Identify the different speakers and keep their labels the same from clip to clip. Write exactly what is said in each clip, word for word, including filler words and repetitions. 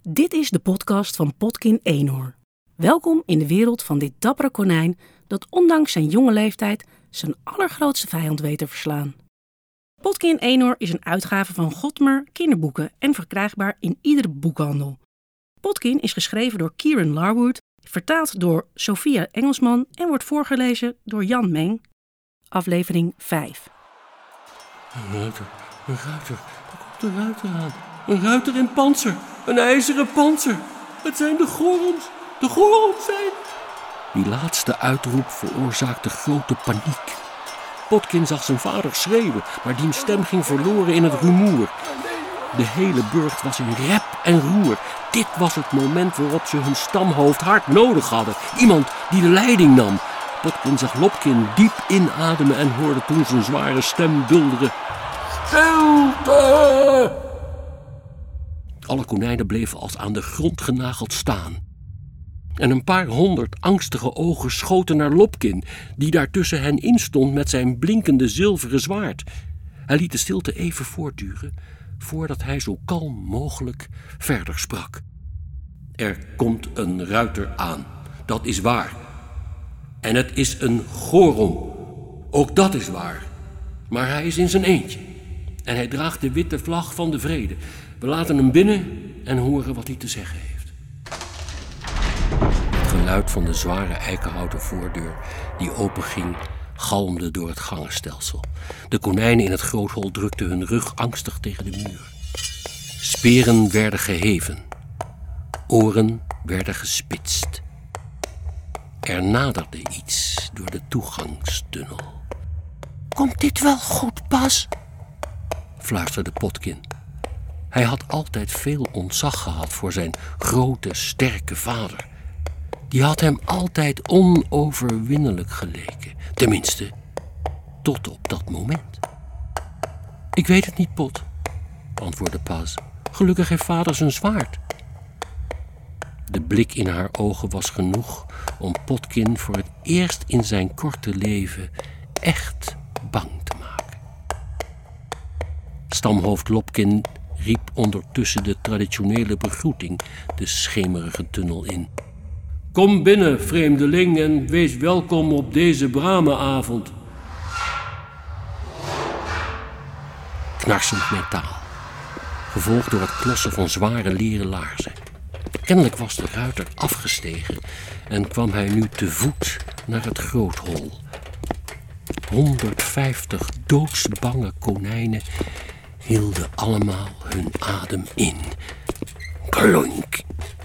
Speaker 1: Dit is de podcast van Potkin Eenhoorn. Welkom in de wereld van dit dappere konijn dat ondanks zijn jonge leeftijd zijn allergrootste vijand weet te verslaan. Potkin Eenhoorn is een uitgave van Godmer Kinderboeken en verkrijgbaar in iedere boekhandel. Potkin is geschreven door Kieran Larwood, vertaald door Sophia Engelsman en wordt voorgelezen door Jan Meng. Aflevering vijf.
Speaker 2: Een ruiter, een ruiter, daar komt een ruiter aan. Een ruiter in pantser, een ijzeren pantser. Het zijn de Gorons, de Gorons zijn... Die laatste uitroep veroorzaakte grote paniek. Potkin zag zijn vader schreeuwen, maar diens stem ging verloren in het rumoer. De hele burcht was in rep en roer. Dit was het moment waarop ze hun stamhoofd hard nodig hadden. Iemand die de leiding nam. Potkin zag Lopkin diep inademen en hoorde toen zijn zware stem bulderen. Stilte! Alle konijnen bleven als aan de grond genageld staan. En een paar honderd angstige ogen schoten naar Lopkin, die daar tussen hen instond met zijn blinkende zilveren zwaard. Hij liet de stilte even voortduren, voordat hij zo kalm mogelijk verder sprak. Er komt een ruiter aan, dat is waar. En het is een Goron, ook dat is waar. Maar hij is in zijn eentje. En hij draagt de witte vlag van de vrede. We laten hem binnen en horen wat hij te zeggen heeft. Het geluid van de zware eikenhouten voordeur die openging galmde door het gangenstelsel. De konijnen in het groothol drukten hun rug angstig tegen de muur. Speren werden geheven. Oren werden gespitst. Er naderde iets door de toegangstunnel. Komt dit wel goed, Pas? Fluisterde Potkin. Hij had altijd veel ontzag gehad voor zijn grote, sterke vader. Die had hem altijd onoverwinnelijk geleken. Tenminste, tot op dat moment. Ik weet het niet, Pot, antwoordde Pas. Gelukkig heeft vader zijn zwaard. De blik in haar ogen was genoeg om Potkin voor het eerst in zijn korte leven echt bang te maken. Stamhoofd Lopkin riep ondertussen de traditionele begroeting de schemerige tunnel in. Kom binnen, vreemdeling, en wees welkom op deze bramenavond. Knarsend metaal, gevolgd door het klossen van zware leren laarzen. Kennelijk was de ruiter afgestegen en kwam hij nu te voet naar het groothol. honderdvijftig doodsbange konijnen hielden allemaal hun adem in. Klonk.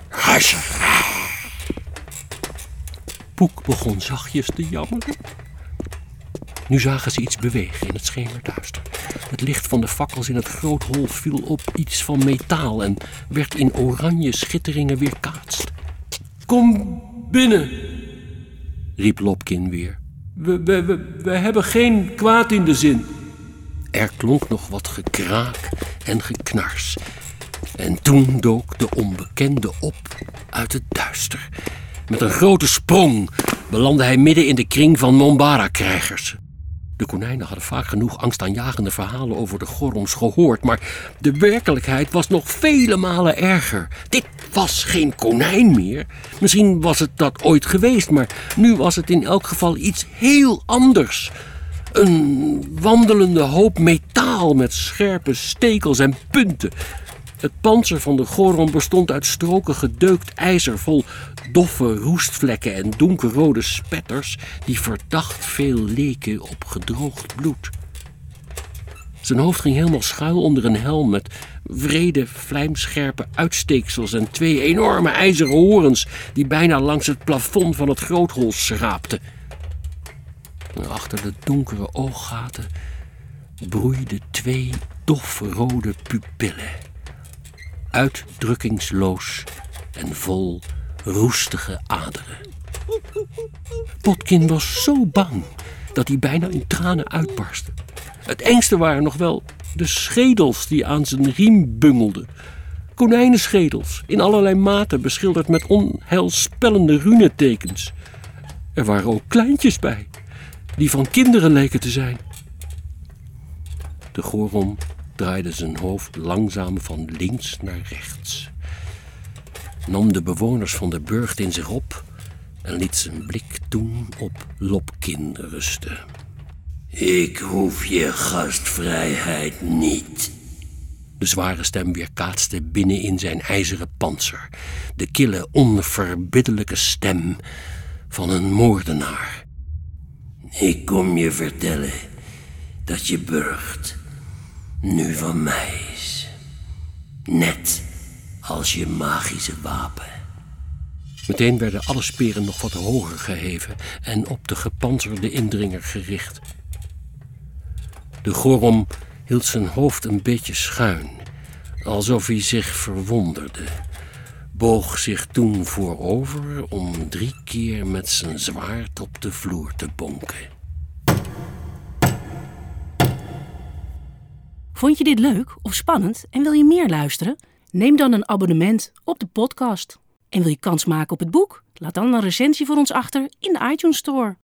Speaker 2: Poek begon zachtjes te jammeren. Nu zagen ze iets bewegen in het schemerduister. Het licht van de fakkels in het groothol viel op iets van metaal en werd in oranje schitteringen weerkaatst. Kom binnen, riep Lopkin weer. We, we, we, we hebben geen kwaad in de zin. Er klonk nog wat gekraak en geknars. En toen dook de onbekende op uit het duister. Met een grote sprong belandde hij midden in de kring van Mombara-krijgers. De konijnen hadden vaak genoeg angstaanjagende verhalen over de Gorons gehoord, maar de werkelijkheid was nog vele malen erger. Dit was geen konijn meer. Misschien was het dat ooit geweest, maar nu was het in elk geval iets heel anders. Een wandelende hoop metaal met scherpe stekels en punten. Het pantser van de Goron bestond uit stroken gedeukt ijzer vol doffe roestvlekken en donkerrode spetters die verdacht veel leken op gedroogd bloed. Zijn hoofd ging helemaal schuil onder een helm met wrede, vlijmscherpe uitsteeksels en twee enorme ijzeren horens die bijna langs het plafond van het groothol schraapten. Achter de donkere ooggaten broeiden twee dofrode pupillen. Uitdrukkingsloos en vol roestige aderen. Potkin was zo bang dat hij bijna in tranen uitbarstte. Het engste waren nog wel de schedels die aan zijn riem bungelden. Konijnenschedels, in allerlei maten beschilderd met onheilspellende runetekens. Er waren ook kleintjes bij, die van kinderen leken te zijn. De Goron draaide zijn hoofd langzaam van links naar rechts. nam de bewoners van de burcht in zich op en liet zijn blik toen op Lopkin rusten.
Speaker 3: Ik hoef je gastvrijheid niet.
Speaker 2: De zware stem weerkaatste binnen in zijn ijzeren pantser. De kille, onverbiddelijke stem van een moordenaar.
Speaker 3: Ik kom je vertellen dat je burcht nu van mij is. Net als je magische wapen.
Speaker 2: Meteen werden alle speren nog wat hoger geheven en op de gepantserde indringer gericht. De gorom hield zijn hoofd een beetje schuin, alsof hij zich verwonderde, boog zich toen voorover om drie keer met zijn zwaard op de vloer te bonken.
Speaker 1: Vond je dit leuk of spannend en wil je meer luisteren? Neem dan een abonnement op de podcast. En wil je kans maken op het boek? Laat dan een recensie voor ons achter in de iTunes Store.